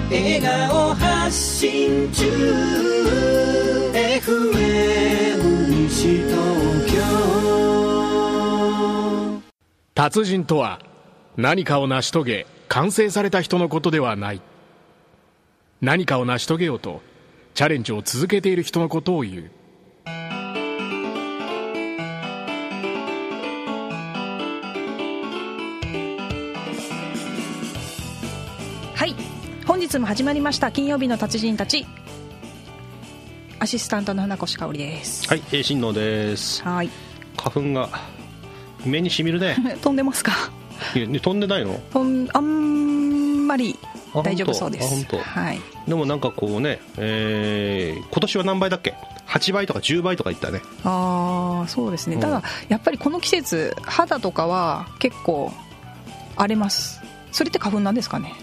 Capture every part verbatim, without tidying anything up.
笑顔発信中 エフエム 西東京。 達人とは何かを成し遂げ完成された人のことではない。何かを成し遂げようとチャレンジを続けている人のことを言う。 はい、本日も始まりました金曜日の達人たち。アシスタントの花越香織です。 はい、えー、新野です。 はい、 花粉が目にしみるね飛んでますか？ いや飛んでないの？ とんあんまり大丈夫そうです。 本当、 はい、 でもなんかこうね、えー、今年は何倍だっけ？はちばいとかじゅうばいとかいったね。ああ、そうですね、 うん、 ただやっぱりこの季節肌とかは結構荒れます。それって花粉なんですかね？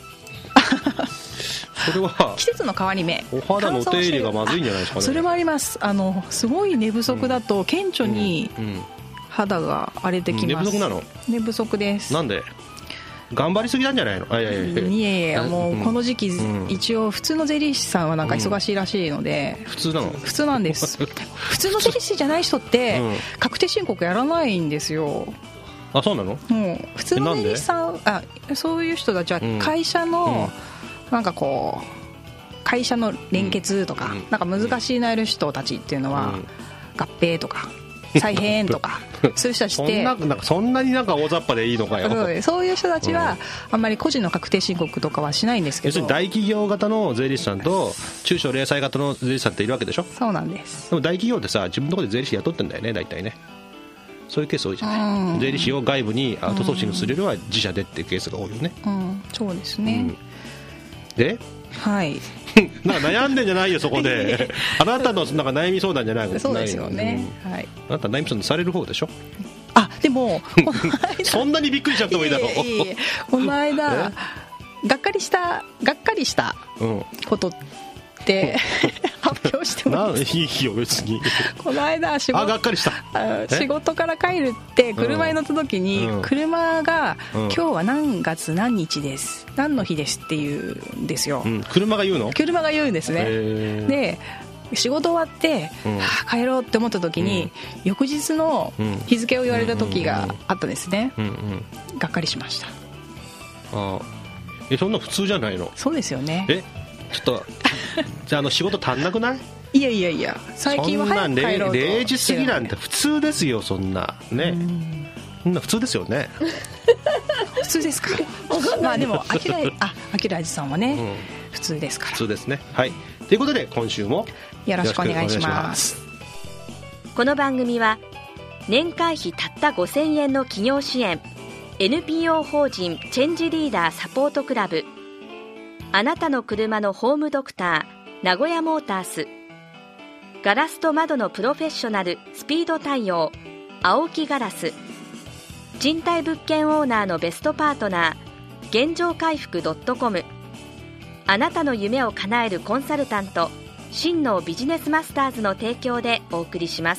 それは季節の変わり目、 お肌のお手入れがまずいんじゃないですかね。 それもあります。あのすごい寝不足だと顕著に肌が荒れてきます。 寝不足なの？ 寝不足です。 なんで？頑張りすぎなんじゃないの？あ、いやいやいやいやいや、もうこの時期、 うん、 一応普通の税理士さんはなんか忙しいらしいので、 うん、普通なの？ 普通なんです普通の税理士じゃない人って確定申告やらないんですよ。 あ、そうなの？ もう普通の税理士さん、あ、そういう人たちは会社の、うん、なんかこう会社の連結とか、うん、なんか難しいなる人たちっていうのは、うん、合併とか再編とかそういう人たちってそん な, なんかそんなになんか大雑把でいいのかよ。 そう、そういう人たちはあんまり個人の確定申告とかはしないんですけど、 要するに大企業型の税理士さんと中小零細型の税理士さんっているわけでしょ。 そうなんです。 でも大企業ってさ、自分のところで税理士雇ってんだよね、大体ね。そういうケース多いじゃない、うん、税理士を外部にアウトソーシングするよりは自社でっていうケースが多いよね。 うん、そうですね、うん、 で、 はいなんか悩んでんじゃないよそこであなたのなんか悩み相談じゃないの？ そうですよね、 うん、 はい、 あなた悩み相談される方でしょ。 あ、でもそんなにびっくりしちゃってもいいだろう。 いいいいこの間がっかりしたがっかりしたことって発表してもいいですか？ いいよ別に。 この間仕事、 あ、がっかりした。 仕事から帰るって車に乗った時に、うん、車が、うん、今日は何月何日です何の日ですって言うんですよ、うん、 車が言うの？ 車が言うんですね。で仕事終わって、うん、はあ、帰ろうって思った時に、うん、翌日の日付を言われた時があったんですね、うんうんうん、がっかりしました。 あ、え、そんな普通じゃないの？ そうですよね。 え、ちょっとじゃあ、あの仕事足んなくない？ いやいやいや、最近は早く帰ろうと。 れいじ過ぎなんて普通ですよ、そんなね。そんな普通ですよね。 普通ですか？まあでもアキラあアキラジさんはね、うん、普通ですから。 普通ですね。はい。ということで今週もよろしくお願いします。 この番組は年会費たったごせんえんの企業支援 エヌピーオー 法人チェンジリーダーサポートクラブ、あなたの車のホームドクター名古屋モータース、ガラスと窓のプロフェッショナルスピード対応青木ガラス、賃貸物件オーナーのベストパートナー現状回復 .com、 あなたの夢を叶えるコンサルタント真のビジネスマスターズの提供でお送りします。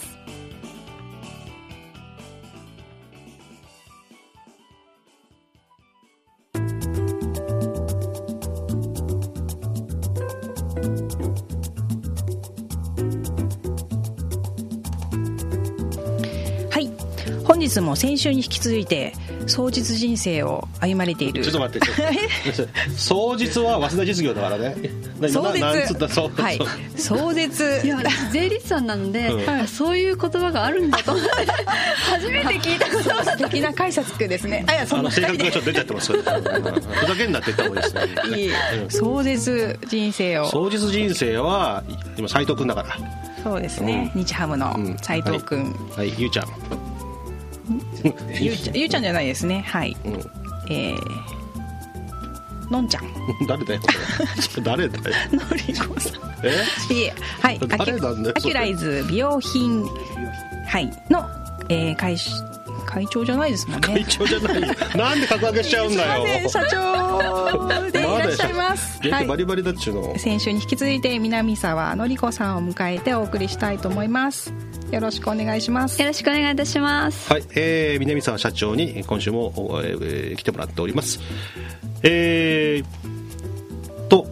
本日も先週に引き続いて双日人生を歩まれている。 ちょっと待って、双日は早稲田実業だからね。 双日、はい、双日。 いや、税理士さんなので、うん、そういう言葉があるんだと思って初めて聞いたこと。 素敵な解説ですね。あ、いや、そんな性格がちょっと出ちゃってます。ふざけんなって言った方がいいですね。 いい、双日人生を。 双日人生は今斉藤君だから。 そうですね、うん、日ハムの斉藤君、うん、 はい、はい、ゆうちゃんゆうちゃん、ゆうちゃんじゃないですね。はい、うん、えー、のんちゃん誰だよ誰だよのりこさん。えいえ、はい、 誰なんだよ。 アキュライズ美容品、はい、の、えー、会会長じゃないですもんね。 会長じゃないよ。なんで格上げしちゃうんだよ。 社長でいらっしゃいます。 ま、バリバリだっちゅうの、 はい、先週に引き続いて南沢のりこさんを迎えてお送りしたいと思います。よろしくお願いします。 よろしくお願いいたします。 はい、えー、南沢社長に今週も、えー、来てもらっております。えーと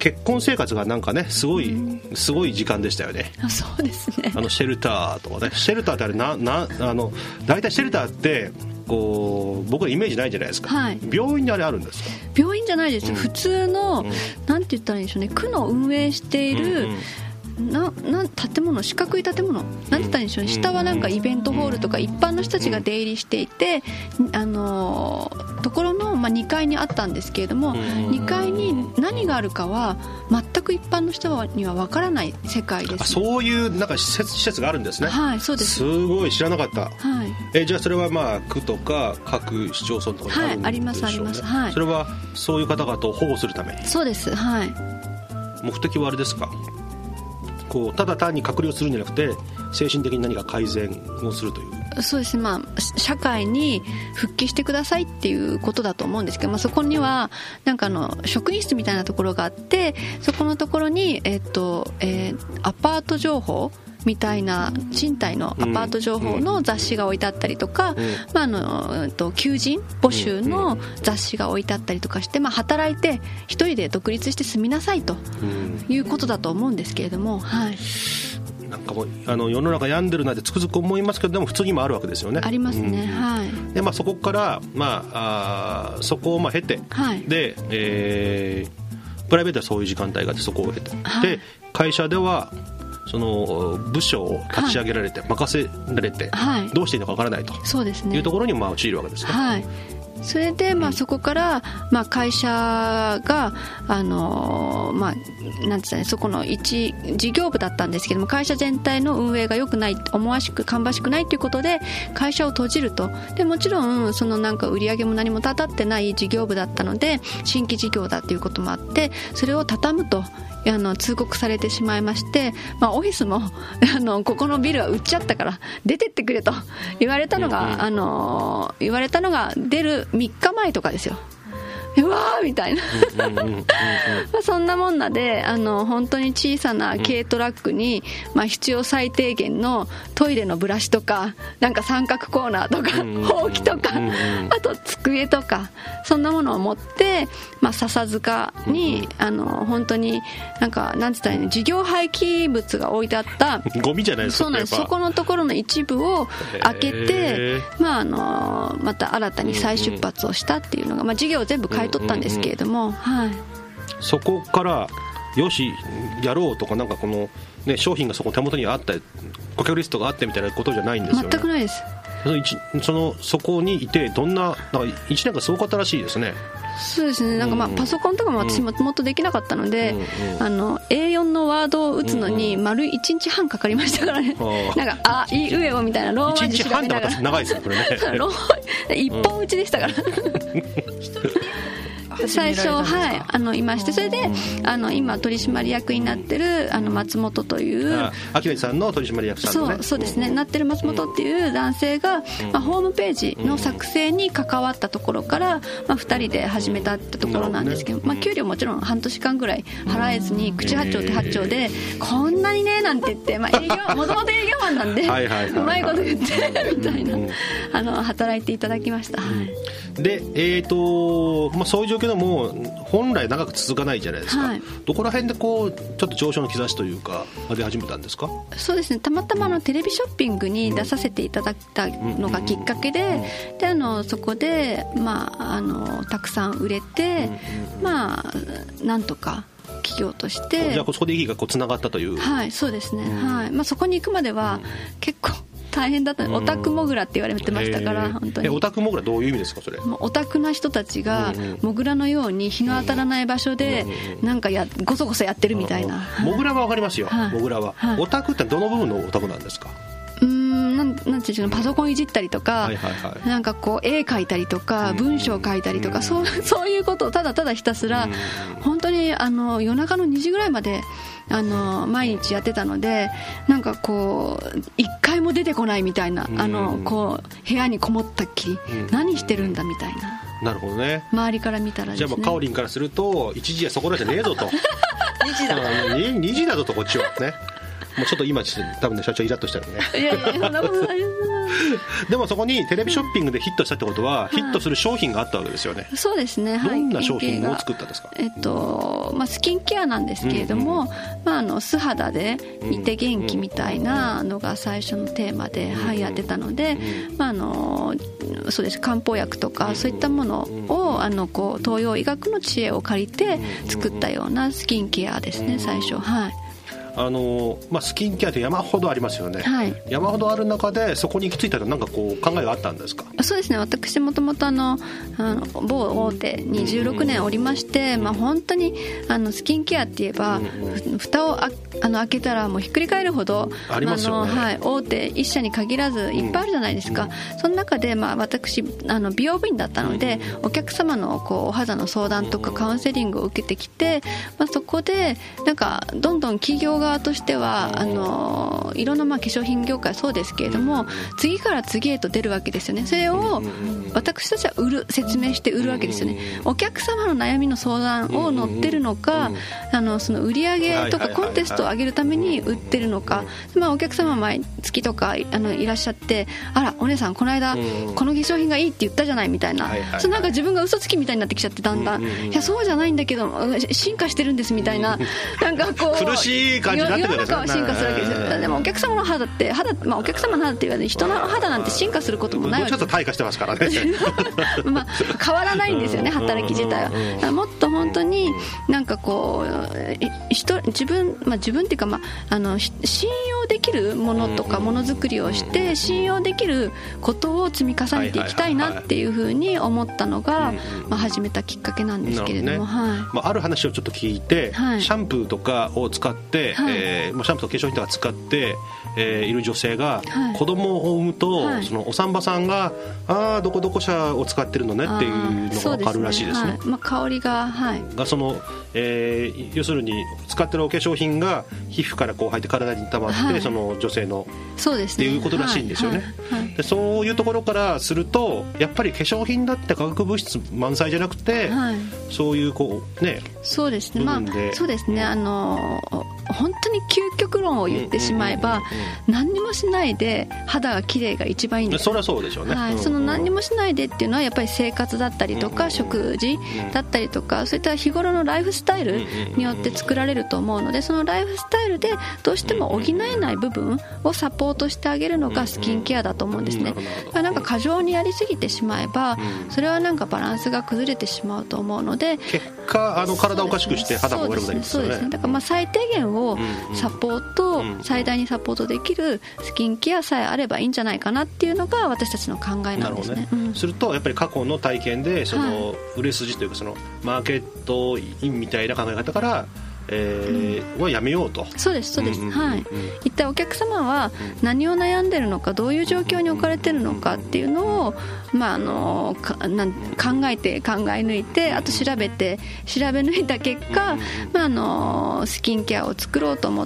結婚生活がなんかねすごい、うん、すごい時間でしたよね。 あ、そうですね。 あのシェルターとかね、シェルターってあれななあの大体シェルターってこう僕はイメージないじゃないですか、 はい、 病院にあれあるんですか？ 病院じゃないですよ、うん、普通の、うん、なんて言ったらいいんでしょうね、区の運営している、うんうんなな建物、四角い建物なんて言ったらいいんでしょうね、下はなんかイベントホールとか一般の人たちが出入りしていて、あのところの、まあ、にかいにあったんですけれども、にかいに何があるかは全く一般の人には分からない世界です、ね、 あ、そういうなんか施設、施設があるんですね。 はい、そうです。 すごい知らなかった、 はい、 えじゃあそれはまあ区とか各市町村とかにあるんでしょうね。はい、 ありますあります、はい、 それはそういう方々を保護するために。 そうです、はい。 目的はあれですか、こうただ単に隔離をするんじゃなくて精神的に何か改善をするという。 そうですね、まあ、社会に復帰してくださいっていうことだと思うんですけど、まあ、そこにはなんかあの職員室みたいなところがあって、そこのところに、えっとえー、アパート情報みたいな賃貸のアパート情報の雑誌が置いてあったりとか、うんまあ、あの求人募集の雑誌が置いてあったりとかして、まあ、働いて一人で独立して住みなさいということだと思うんですけれども、はい、 なんかもうあの世の中病んでるなってつくづく思いますけど、でも普通にもあるわけですよね。 ありますね、うんはいでまあ、そこから、まあ、あそこをまあ経て、はい、で、えー、プライベートはそういう時間帯があってそこを経て、はい、で会社ではその部署を立ち上げられて、はい、任せられて、はい、どうしていいのかわからないとそうですね、 いうところにまあ陥るわけですね。 はい、それで、まあ、そこから、まあ、会社があの、まあ、なんて言ったらそこの一事業部だったんですけども、会社全体の運営が良くない、思わしく芳しくないということで会社を閉じると。でもちろんそのなんか売り上げも何も立たってない事業部だったので新規事業だということもあって、それを畳むとあの通告されてしまいまして、まあ、オフィスもあのここのビルは売っちゃったから出てってくれと言われたのが、うんうん、あの言われたのが出るみっかまえとかですよ。うわーみたいなそんなもんなで、あの本当に小さな軽トラックに、まあ、必要最低限のトイレのブラシとかなんか三角コーナーとかほうきとかあと机とかそんなものを持って、まあ、笹塚にあの本当になんかなんて言ったらいいの、事業廃棄物が置いてあったゴミじゃないですか。 そうなんです。そこのところの一部を開けて、まあ、あのまた新たに再出発をしたっていうのが、まあ、事業を全部変え取ったんですけれども、うんうんはい、 そこからよしやろうとかなんかこの、ね、商品がそこ手元にあった顧客リストがあってみたいなことじゃないんですよね。 全くないです。 そのそのそこにいてどんな、なんかいちねんかんすごかったらしいですね。 そうですね、なんかまあパソコンとかも私ももっとできなかったので、うんうん、あの エーよん のワードを打つのに丸いちにちはんかかりましたからね、うんうん、なんかあいうえおみたいなローマ字調べながらいちにちはんって長いですよこれね一本打ちでしたから、うん最初、はい、あのいまして、それであの今取締役になってるあの松本という秋元さんの取締役さんのね、 そう、そうですね、なってる松本っていう男性が、まあ、ホームページの作成に関わったところから、まあ、ふたりで始めたってところなんですけど、まあ、給料もちろん半年間ぐらい払えずに口八丁手八丁でこんなにねなんて言って、まあ、営業もともと営業マンなんでうまいこと言ってみたいなあの働いていただきました、はい、 で、えーとまあ、そういう状況でも本来長く続かないじゃないですか、はい、どこら辺でこうちょっと上昇の兆しというか出始めたんですか？ そうですね、たまたまのテレビショッピングに出させていただいたのがきっかけで、であのそこで、まあ、あのたくさん売れて、まあ、なんとか企業としてじゃあそこで意義がこうつながったという。 はい、そうですね、はいまあ、そこに行くまでは結構大変だった。オタクモグラって言われてましたから、本当に。 オタクモグラどういう意味ですかそれ？ オタクな人たちがモグラのように日の当たらない場所でなんかやゴソゴソやってるみたいな。 モグラは分かりますよ、はい、モグラは、はい、オタクってどの部分のオタクなんですか？ うーんなんなんていうんですか、パソコンいじったりとか、はいはいはい、なんかこう絵描いたりとか文章書いたりとか、そう、そういうことをただただひたすら本当にあの夜中のにじぐらいまであの毎日やってたので、なんかこう一回も出てこないみたいな、あのこう部屋にこもったっきり何してるんだみたいな。 なるほどね。 周りから見たらですね。 じゃあもうカオリンからするといちじやそこらじゃねえぞとにじだにじだぞとこっちはね。もうちょっと今多分ね社長イラッとしたよね。いやいやそんなことないです。でもそこにテレビショッピングでヒットしたってことは、はい、ヒットする商品があったわけですよね。 そうですね。 どんな商品を作ったんですか？ えっとまあ、スキンケアなんですけれども、うんうん、まあ、あの素肌でいて元気みたいなのが最初のテーマで、はい、やってたので、まあ、あのそうです、漢方薬とかそういったものをあのこう東洋医学の知恵を借りて作ったようなスキンケアですね、最初。はい。 あのまあ、スキンケアって山ほどありますよね、はい、山ほどある中でそこに行き着いたら何かこう考えがあったんですか？ そうですね、私もともとあの某大手にじゅうろくねんおりまして、まあ、本当にあのスキンケアって言えば、うんうん、蓋をああの開けたらもうひっくり返るほどありますよね、 あの、はい、大手一社に限らずいっぱいあるじゃないですか、うんうん、その中で、まあ、私あの美容部員だったので、うんうん、お客様のこうお肌の相談とかカウンセリングを受けてきて、まあ、そこでなんかどんどん企業側としてはあのいろんなまあ化粧品業界そうですけれども、次から次へと出るわけですよね。それを私たちは売る説明して売るわけですよね。お客様の悩みの相談を乗ってるのか、あのその売り上げとかコンテストを上げるために売ってるのか、まあ、お客様毎月とかあのいらっしゃって、あらお姉さんこの間この化粧品がいいって言ったじゃないみたいな、そのなんか自分が嘘つきみたいになってきちゃって、だんだんいやそうじゃないんだけど進化してるんですみたいな、なんかこう苦しい感じになってくるんですね。 世の中は進化するわけですよ。でもお客様の肌って肌、まあ、お客様の肌って言われる人の肌なんて進化することもないわけです。 ちょっと退化してますからねまあ変わらないんですよね、働き自体は。もっと本当になんかこう人自分、まあ、自分っていうか、まあ、あの信用できるものとかものづくりをして信用できることを積み重ねていきたいなっていうふうに思ったのが、まあ、始めたきっかけなんですけれども、ね、はい、 まあ、ある話をちょっと聞いて、はい、シャンプーとかを使って、はい、えー、シャンプーと化粧品とか使って、えー、いる女性が子供を産むと、はい、そのお産婆さんがああどこどこ社を使ってるのねっていうのが分かるらしいですね。 はい、まあ、香りが、はい、 がその、えー、要するに使ってるお化粧品が皮膚からこう入って体に溜まって、はい、その女性のそうですね、 っていうことらしいんですよね。 はいはいはい、 でそういうところからするとやっぱり化粧品だって化学物質満載じゃなくて、はい、そういうこうね、 そうですね、まあ、そうですね、あの本当に究極論を言ってしまえば、何にもしないで肌が綺麗が一番いいんです。 それはそうでしょうね。 はい、その何にもしないでっていうのはやっぱり生活だったりとか食事だったりとか、そういった日頃のライフスタイルによって作られると思うので、そのライフスタイルでどうしても補えない部分をサポートしてあげるのがスキンケアだと思うんですね。なんか過剰にやりすぎてしまえばそれはなんかバランスが崩れてしまうと思うので、 結果あの体をおかしくして肌も悪くなりますよね。 そうですね、だからまあ最低限をサポート、最大にサポートできるスキンケアさえあればいいんじゃないかなっていうのが私たちの考えなんですね。 なるほどね、うん、するとやっぱり過去の体験でその売れ筋というかそのマーケットインみたいな考え方からえー、はやめようと。 そうですそうです、うんうんうん、はい、一体お客様は何を悩んでるのか、どういう状況に置かれてるのかっていうのを、まあ、あのかなん考えて考え抜いて、あと調べて調べ抜いた結果、まあ、あのスキンケアを作ろうと思って、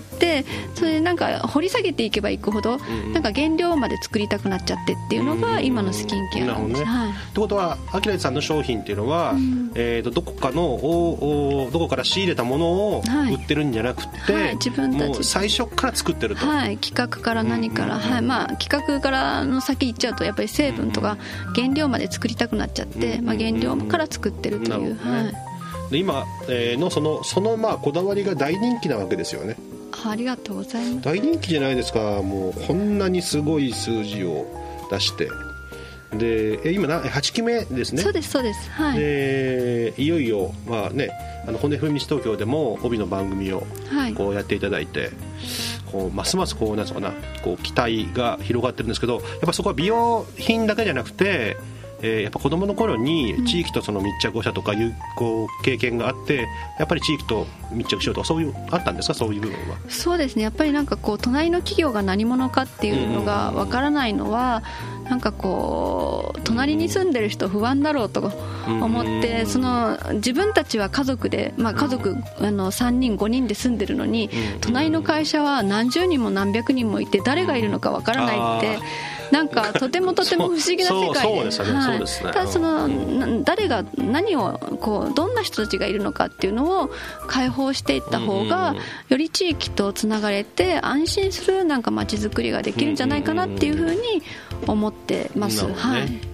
それでなんか掘り下げていけばいくほどなんか原料まで作りたくなっちゃってっていうのが今のスキンケアなんです。 なるほどね、はい、ってことはアキラさんの商品っていうのは、うん、えー、とどこかのおおどこから仕入れたものを売ってるんじゃなくて、はいはい、自分たちもう最初から作ってると、 はい、企画から何から、うんうんうん、はい、まあ、企画からの先行っちゃうとやっぱり成分とか原料まで作りたくなっちゃって、うんうん、まあ、原料から作ってるという、 ね、はい、で今、えー、のその、そのまあこだわりが大人気なわけですよね。 ありがとうございます。 大人気じゃないですか。もうこんなにすごい数字を出してで今はちきめですね。 そうですそうです、はい、 でいよいよ、まあね、あの骨フェミニスト東京でも帯の番組をこうやっていただいて、はい、こうますますこうなんつうかな、こう期待が広がってるんですけど、やっぱそこは美容品だけじゃなくて、えー、やっぱ子供の頃に地域とその密着をしたとかいうこう経験があって、やっぱり地域と密着しようとかそういうあったんですか、そういう部分は。 そうですね、やっぱりなんかこう隣の企業が何者かっていうのがわからないのは、なんかこう隣に住んでる人不安だろうと思って、その自分たちは家族で、まあ、家族あのさんにんごにんで住んでるのに、隣の会社は何十人も何百人もいて誰がいるのかわからないって、なんかとてもとても不思議な世界で、ただその誰が何をこうどんな人たちがいるのかっていうのを解放していった方がより地域とつながれて安心するなんか街づくりができるんじゃないかなっていうふうに思ってます。はい、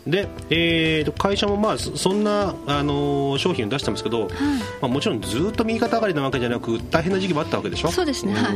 で、えー、と会社もまあそんな、あのー、商品を出してますけど、はい、まあ、もちろんずっと右肩上がりなわけじゃなく大変な時期もあったわけでしょ。 そうですね、はい、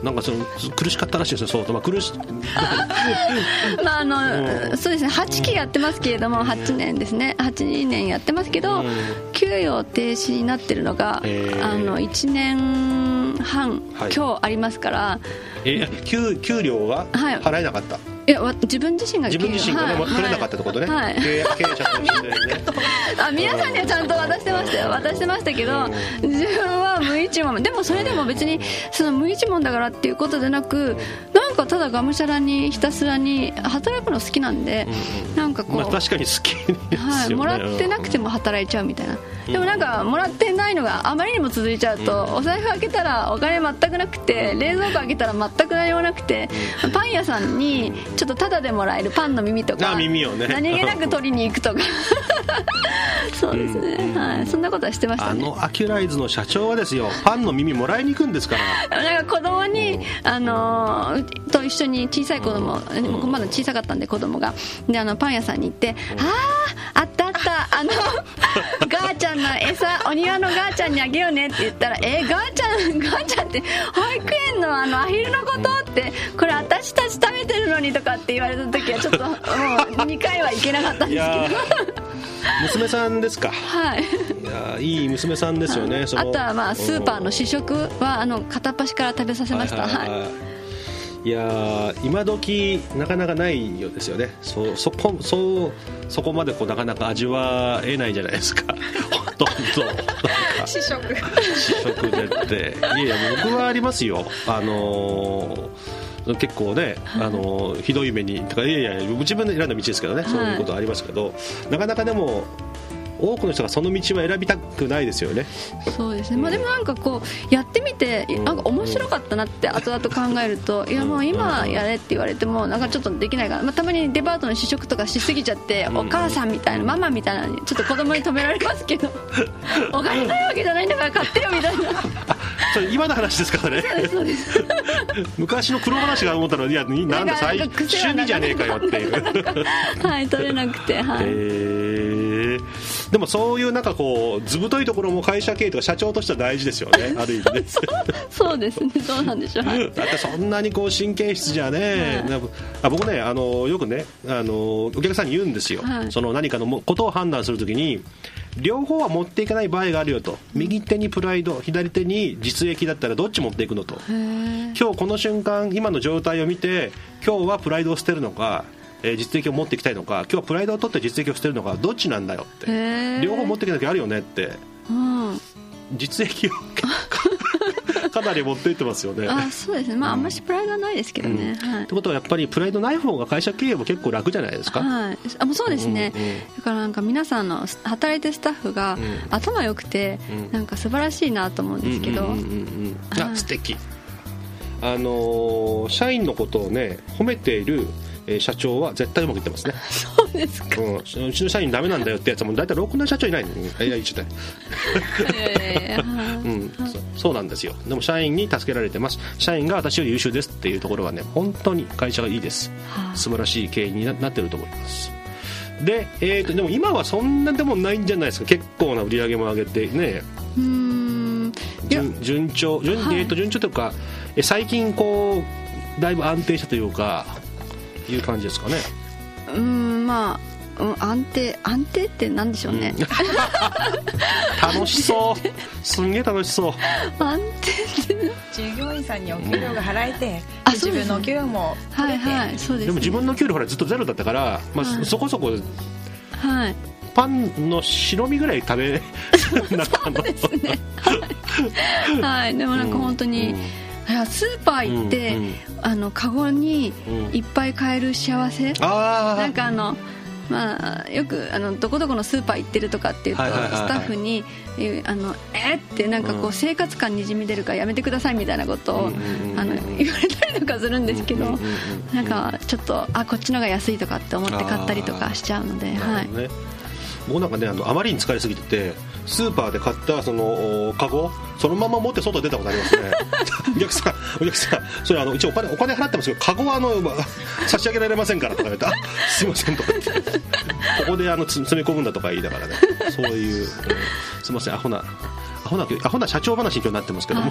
なんかその苦しかったらしいですよ、そうと、まあ、苦しまああのそうですね、はちきやってますけれども、はちねんですね、はちねんやってますけど、給与停止になってるのが、あのいちねんはん、はい、今日ありますから、 え給, 給料は払えなかった、はい、 いや自分自身が自分自身が、ね、はい、取れなかったってことね、はい、経営者としてねあ、皆さんにはちゃんと渡してましたよ、渡してましたけど、自分は無一文。でもそれでも別にその無一文だからっていうことでなく、なんかただがむしゃらにひたすらに働くの好きなんで、うん、なんかこう、 まあ、確かに好きですよね、 はい、もらってなくても働いちゃうみたいな。でもなんかもらってないのがあまりにも続いちゃうと、お財布開けたらお金全くなくて、冷蔵庫開けたら全く何もなくて、パン屋さんにちょっとタダでもらえるパンの耳とか、 耳を、ね、 何気なく取りに行くとかそうですね、うん、はい、そんなことはしてましたね。 あのアキュライズの社長はですよ、パンの耳もらいに行くんですから。 なんか子供に、あのー、と一緒に小さい子供、うん、僕まだ小さかったんで子供がで、あのパン屋さんに行って、うん、あああったあったあのガーちゃんの餌お庭のガーちゃんにあげようねって言ったら、えガーちゃんガーちゃんって保育園のあのアヒルのことって、これ私たち食べてるのにとかって言われた時はちょっともうにかいはいけなかったんですけど娘さんですか。 はい、 いやいい娘さんですよね。そのあとはまあスーパーの試食はあの片っ端から食べさせました。はいはいはい、はい、 いや今時なかなかないようですよね。 そ, そ, こ そ, そこまでこうなかなか味わえないじゃないですかほとんど試食試食でっていやいや僕はありますよ。あのー結構ね、はい、あのひどい目にとか、いやいや自分で選んだ道ですけどね、はい、そういうことありますけど、なかなかでも多くの人がその道は選びたくないですよね。 そうですね、まあ、でもなんかこうやってみてなんか面白かったなって後々考えると、いやもう今やれって言われてもなんかちょっとできないから、まあ、たまにデパートの試食とかしすぎちゃって、お母さんみたいなママみたいなのにちょっと子供に止められますけどお金ないわけじゃないんだから買ってよみたいなそれ今の話ですからね。 そうですそうです昔の黒話が思ったのは、いやなんだ最趣味じゃねえかよっていうはい取れなくて、はい、 へー、でもそういうなんかこう図太いところも会社経営とか社長としては大事ですよねある意味ねそう、そうですね、そうなんでしょう、はい、 だってそんなにこう神経質じゃね、はい、あ僕ねあのよくねあのお客さんに言うんですよ、はい、その何かのことを判断するときに両方は持っていかない場合があるよと、右手にプライド左手に実益だったらどっち持っていくのと、今日この瞬間今の状態を見て今日はプライドを捨てるのか、えー、実益を持っていきたいのか、今日はプライドを取って実益を捨てるのか、どっちなんだよって、両方持っていかなきゃあるよねって、うん、実益をかなり持っていってますよね。 あ、そうですね、まああんまりプライドはないですけどね、 うん、 はい、 ってことはやっぱりプライドない方が会社経営も結構楽じゃないですか。 はい、あもうそうですね、うんうん、だからなんか皆さんの働いてるスタッフが頭良くて、うん、なんか素晴らしいなと思うんですけど、うんうんうんうん、あ素敵、あのー、社員のことをね褒めている社長は絶対うまくいってますね。 そうですか、うん、 うちの社員ダメなんだよってやつはもう大体ろくな社長いないのに、いやいやちょっとうん、そ, そうなんですよ。でも社員に助けられてます。社員が私より優秀ですっていうところはね本当に会社がいいです、はあ、素晴らしい経営に な, なってると思います。で、えーと、でも今はそんなでもないんじゃないですか。結構な売り上げも上げてね、 うーん順, 順調 順,、はい、えー、と順調というか最近こうだいぶ安定したというかいう感じですかね。 うーんまあ、うん、安定安定ってなんでしょうね、うん、 楽しそうすんげえ楽しそう安定って従業員さんにお給料が払えて、うん、自分のお給料も取れて、 はいはい、そうですね、 でも自分の給料ほらずっとゼロだったから、まあはい、そこそこ、 はい、 パンの白身ぐらい食べなかったそうですねはい、でもなんか本当に、うんうんスーパー行って、うんうん、あのカゴにいっぱい買える幸せ、うん、なんかあの、まあ、よくあのどこどこのスーパー行ってるとかっていうと、はいはいはいはい、スタッフにあのえってなんかこう、うん、生活感にじみ出るからやめてくださいみたいなことを、うんうんうん、あの言われたりとかするんですけど、うんうんうんうん、なんかちょっとあこっちのが安いとかって思って買ったりとかしちゃうので、はい、 僕なんかね あ, のあまりに疲れすぎててスーパーで買ったそのカゴそのまま持って外出たことありますねお客さんお客さんそれあの一応お金お金払ってますけどカゴはあの差し上げられませんからとか言ってあすいませんとか言ってここであの詰め込むんだとか言いながらねそういう、うん、すいませんアホなアホなアホな社長話に今日なってますけども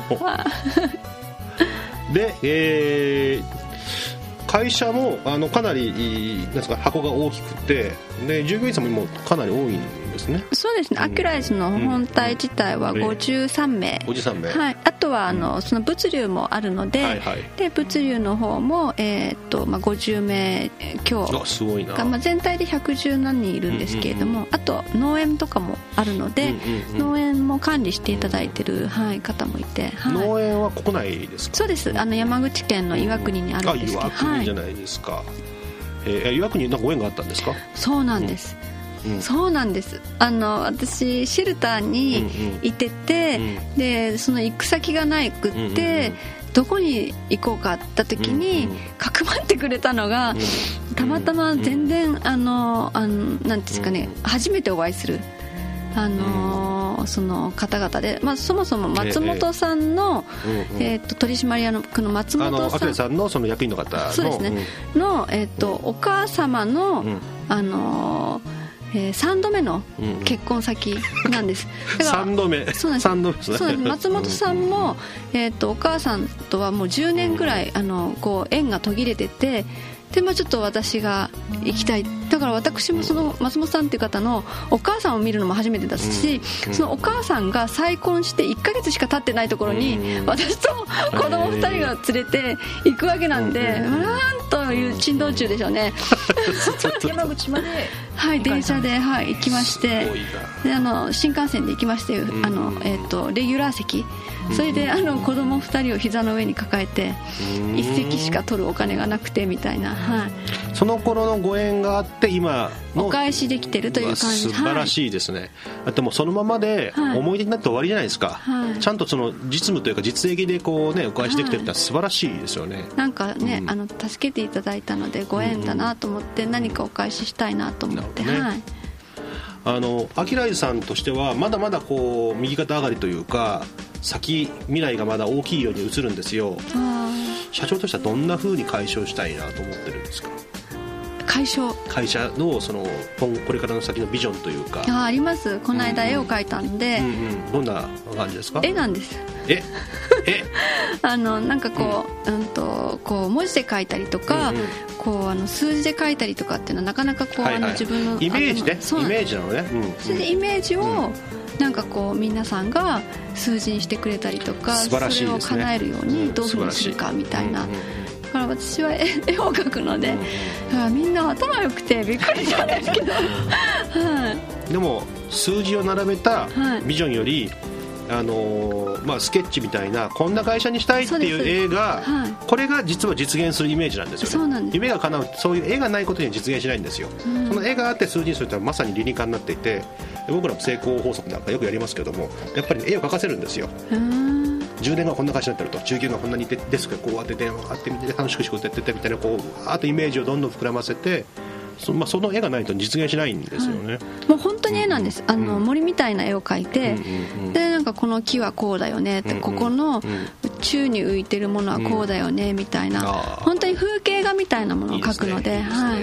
で、えー会社もあのかなりなんですか箱が大きくてで従業員さんも今かなり多いんですね。 そうですね、うん、アキュライズの本体自体はごじゅうさんめい、 ごじゅうさんめい、 はい、あとはあのその物流もあるので、はいはい、で物流の方も、えーっとまあ、ごじゅうめい強が、 すごいな、 まあ、全体でひゃくじゅうなんにんいるんですけれども、うんうんうん、あと農園とかもあるので、うんうんうん、農園も管理していただいている、はい、方もいて、はい、 農園は国内ですか？ そうです、あの山口県の岩国にあるんですけど、 あ、岩国じゃないですか、はい、えー、岩国になんかご縁があったんですか？ そうなんです、うんうん、そうなんです。あの私シェルターにいてて、うんうん、でその行く先がないくって、うんうんうん、どこに行こうかって時にかくまってくれたのが、うんうん、たまたま全然あのあのなんていうんですかね、うん、初めてお会いするあの、うん、その方々で、まあ、そもそも松本さんの、えーえー、と取締役の松本さん、 あのアクレさんのその役員の方の、 そうですね、うん、の、えー、とお母様の、うん、あのえー、さんどめの結婚先なんです。だからさんどめ、 そうなんです、さんどめですね。そうなんです。松本さんも、えー、とお母さんとはもうじゅうねんぐらいあのこう縁が途切れてて、で、まあ、ちょっと私が行きたい、だから私もその松本さんっていう方のお母さんを見るのも初めてだし、うん、そのお母さんが再婚していっかげつしか経ってないところに、うん、私と子供ふたりが連れて行くわけなんで、うん、なんという珍道中でしょうね山口まで、 はい、電車で、はい、行きまして、であの新幹線で行きまして、あの、えー、とレギュラー席、それであの子供ふたりを膝の上に抱えて一席しか取るお金がなくてみたいな、はい、 その頃のご縁があって今のお返しできてるという感じ。 素晴らしいですね、はい、でもそのままで思い出になって終わりじゃないですか、はい、ちゃんとその実務というか実益でこう、ね、お返しできてるってのは素晴らしいですよね、はい、 なんかね、うん、あの助けていただいたのでご縁だなと思って何かお返ししたいなと思って、ね、はい、 あのアキライズさんとしてはまだまだこう右肩上がりというか先未来がまだ大きいように映るんですよ。社長としてはどんな風に解消したいなと思ってるんですか？ 解消、 会社のそのこれからの先のビジョンというか。 あ, あります。この間絵を描いたんで、うんうん、 どんな感じですか？ 絵なんです。 ええあのなんかこう、うん、うんとこう文字で書いたりとか、うんうん、こうあの数字で書いたりとかっていうのはなかなかこう、はいはい、あの自分のイメージね、イメージなのね、うんうん、 それでイメージを、うんなんかこう皆さんが数字にしてくれたりとか、 素晴らしいですね、 それを叶えるようにどういうふうにするかみたいな、うん、だから私は絵を描くので、うん、みんな頭良くてびっくりしたんですけど、はい、 でも数字を並べたビジョンより、はい、あのーまあ、スケッチみたいなこんな会社にしたいっていう絵が、はい、これが実は実現するイメージなんですよね。 そうなんです。 夢が叶う、そういう絵がないことには実現しないんですよ、うん、その絵があって数字にするとまさに理にかになっていて、僕らも成功法則なんかよくやりますけども、やっぱり、ね、絵を描かせるんですよ。充電がこんな会社になってると、従業員がこんなにデスクがこうやって電話があってみて楽しく仕事やっててみたいな、こうあとイメージをどんどん膨らませて、そ, まあ、その絵がないと実現しないんですよね、はい、 もう本当に絵なんです、うん、あの森みたいな絵を描いて、うんうんうん、でなんかこの木はこうだよねって、うんうん、ここの宙に浮いてるものはこうだよねみたいな、うん、本当に風景画みたいなものを描くので、いいですね、はい、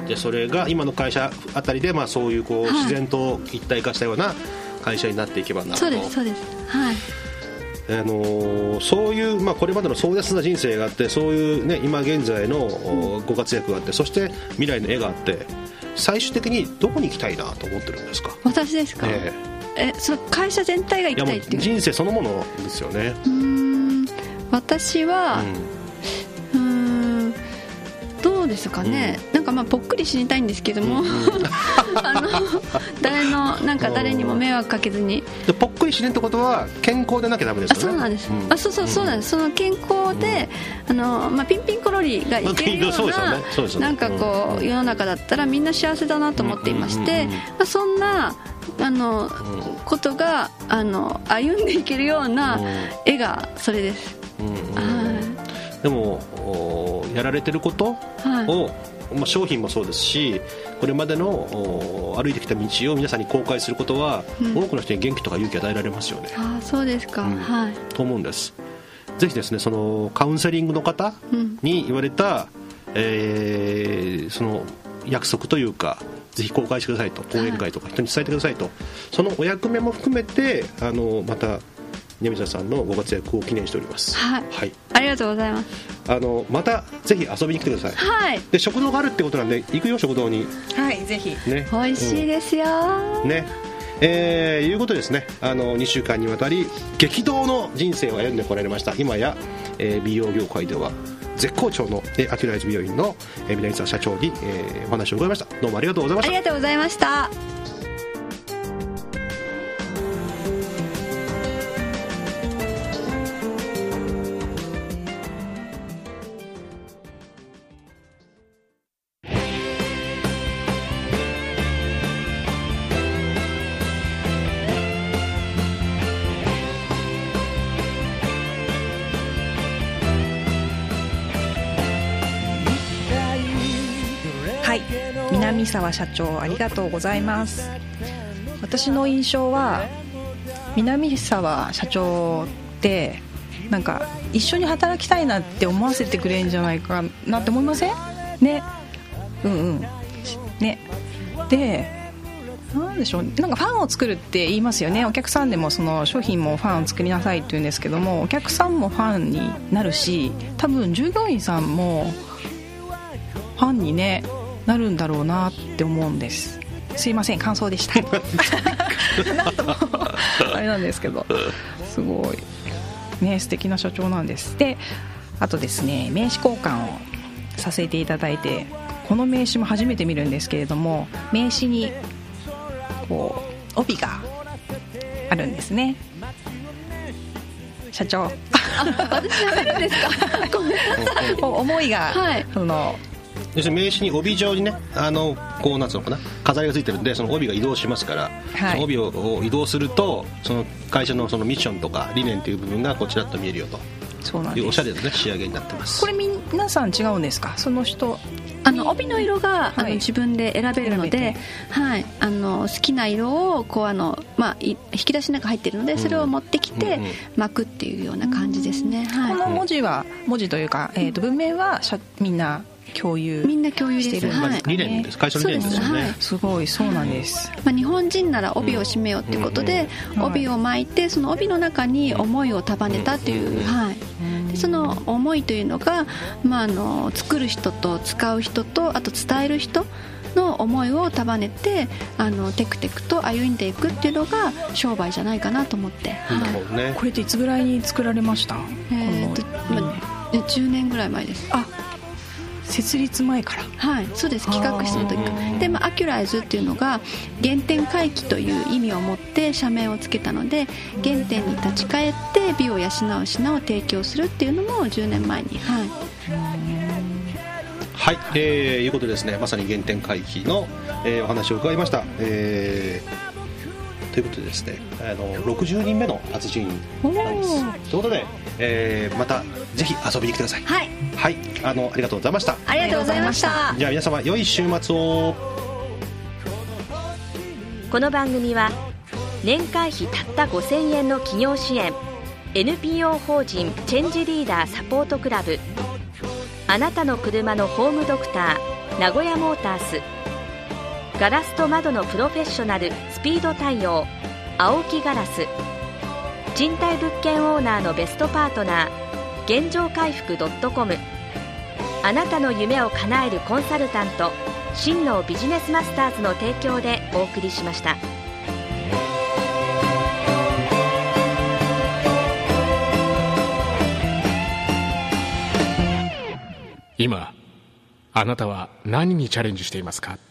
でそれが今の会社あたりで、まあ、そういうこう、はい、自然と一体化したような会社になっていけばなと。 そうですそうです、はい、 あのー、そういう、まあ、これまでの壮絶な人生があって、そういう、ね、今現在のご活躍があって、そして未来の絵があって、最終的にどこに行きたいなと思ってるんですか？ 私ですか、えー、えその会社全体が行きたいっていう、いやもう人生そのものですよね。 うーん、私は、うん、うーんどうですかね、うん、なんかまあぽっくり死にたいんですけども、うんうん、あの誰のなんか誰にも迷惑かけずに。 でぽっくり死ねってことは健康でなきゃダメですよね。 あ、そうなんです、うん、あそうそうそうなんです、その健康で、うん、あのまあ、ピンピンコロリがいけるような、なんかこう世の中だったらみんな幸せだなと思っていまして、まあ、そんなあの、うん、ことがあの歩んでいけるような絵がそれです、うんうん、はい。 でもやられてることをまあ、商品もそうですし、これまでの歩いてきた道を皆さんに公開することは、うん、多くの人に元気とか勇気を与えられますよね。 あ、そうですか、うん、はい、 と思うんです。ぜひですね、そのカウンセリングの方に言われた、うん、えー、その約束というか、ぜひ公開してくださいと、講演会とか人に伝えてくださいと、はい、そのお役目も含めて、あのまた南沢さんのご活躍を記念しております。 はい、はい、ありがとうございます。 あのまたぜひ遊びに来てください。 はい。 で、食堂があるってことなんで行くよ、食堂に。 はい、ぜひ。 ね、美味しいですよ。 うん、ね。えー、いうことですね。あのにしゅうかんにわたり激動の人生を歩んでこられました。今や、えー、美容業界では絶好調の、えー、アキュライズ美容院の、えー、南沢社長に、えー、お話を伺いました。どうもありがとうございました。 ありがとうございました。 南沢社長、ありがとうございます。私の印象は、南沢社長ってなんか一緒に働きたいなって思わせてくれるんじゃないかなって思いませんね。うんうんね。で、なんでしょう、なんかファンを作るって言いますよね。お客さんでもその商品もファンを作りなさいって言うんですけども、お客さんもファンになるし、多分従業員さんもファンにねなるんだろうなって思うんです。すいません、感想でしたなんとあれなんですけど、すごいね、素敵な社長なんです。で、あとですね、名刺交換をさせていただいて、この名刺も初めて見るんですけれども、名刺にこう帯があるんですね。社長、 あ、私喋るんですかごめんなさい思いが、はい、その要するに名刺に帯状にね、あのこうなんつうのかな、飾りがついてるんで、その帯が移動しますから、はい、その帯を移動すると、その会社のそのミッションとか理念という部分がこうちらっと見えるよと。 そうなんです。 おしゃれな、ね、仕上げになってます。 これ皆さん違うんですか？その人、 あの帯の色が、はい、あの自分で選べるので、はい、あの好きな色をこうあの、まあ、引き出しの中入ってるので、それを持ってきて巻くっていうような感じですね。はい、 この文字は文字というか、えー、と文面はみんな共有みんな共有してる、 はい、理念です。会社の理念ですよね。 はい、すごい、そうなんです。 まあ、日本人なら帯を締めようっていうことで、うんうんうん、帯を巻いて、その帯の中に思いを束ねたっていう、はい、でその思いというのが、まあ、あの作る人と使う人と、あと伝える人の思いを束ねて、あのテクテクと歩んでいくっていうのが商売じゃないかなと思って、 はいね、 これっていつぐらいに作られました？ えーとまあ、じゅうねんぐらい前です。 あ、設立前から。 はい、そうです。企画室の時からで、まあ、アキュライズっていうのが原点回帰という意味を持って社名をつけたので、原点に立ち返って美を養う品を提供するっていうのもじゅうねんまえに、はいはい、えー、いうことですね。まさに原点回帰の、えー、お話を伺いました。えー、ということでですね、あのろくじゅうにんめの達人なんです。ということで、えー、またぜひ遊びに来てください。 はい、 はい、あのありがとうございました。 ありがとうございました。 じゃあ皆様良い週末を。 この番組は年会費たったごせんえんの企業支援 エヌピーオー 法人チェンジリーダーサポートクラブ、あなたの車のホームドクター名古屋モータース、ガラスと窓のプロフェッショナルスピード対応青木ガラス、賃貸物件オーナーのベストパートナー現状回復 .com、 あなたの夢を叶えるコンサルタント真のビジネスマスターズの提供でお送りしました。 今あなたは何にチャレンジしていますか？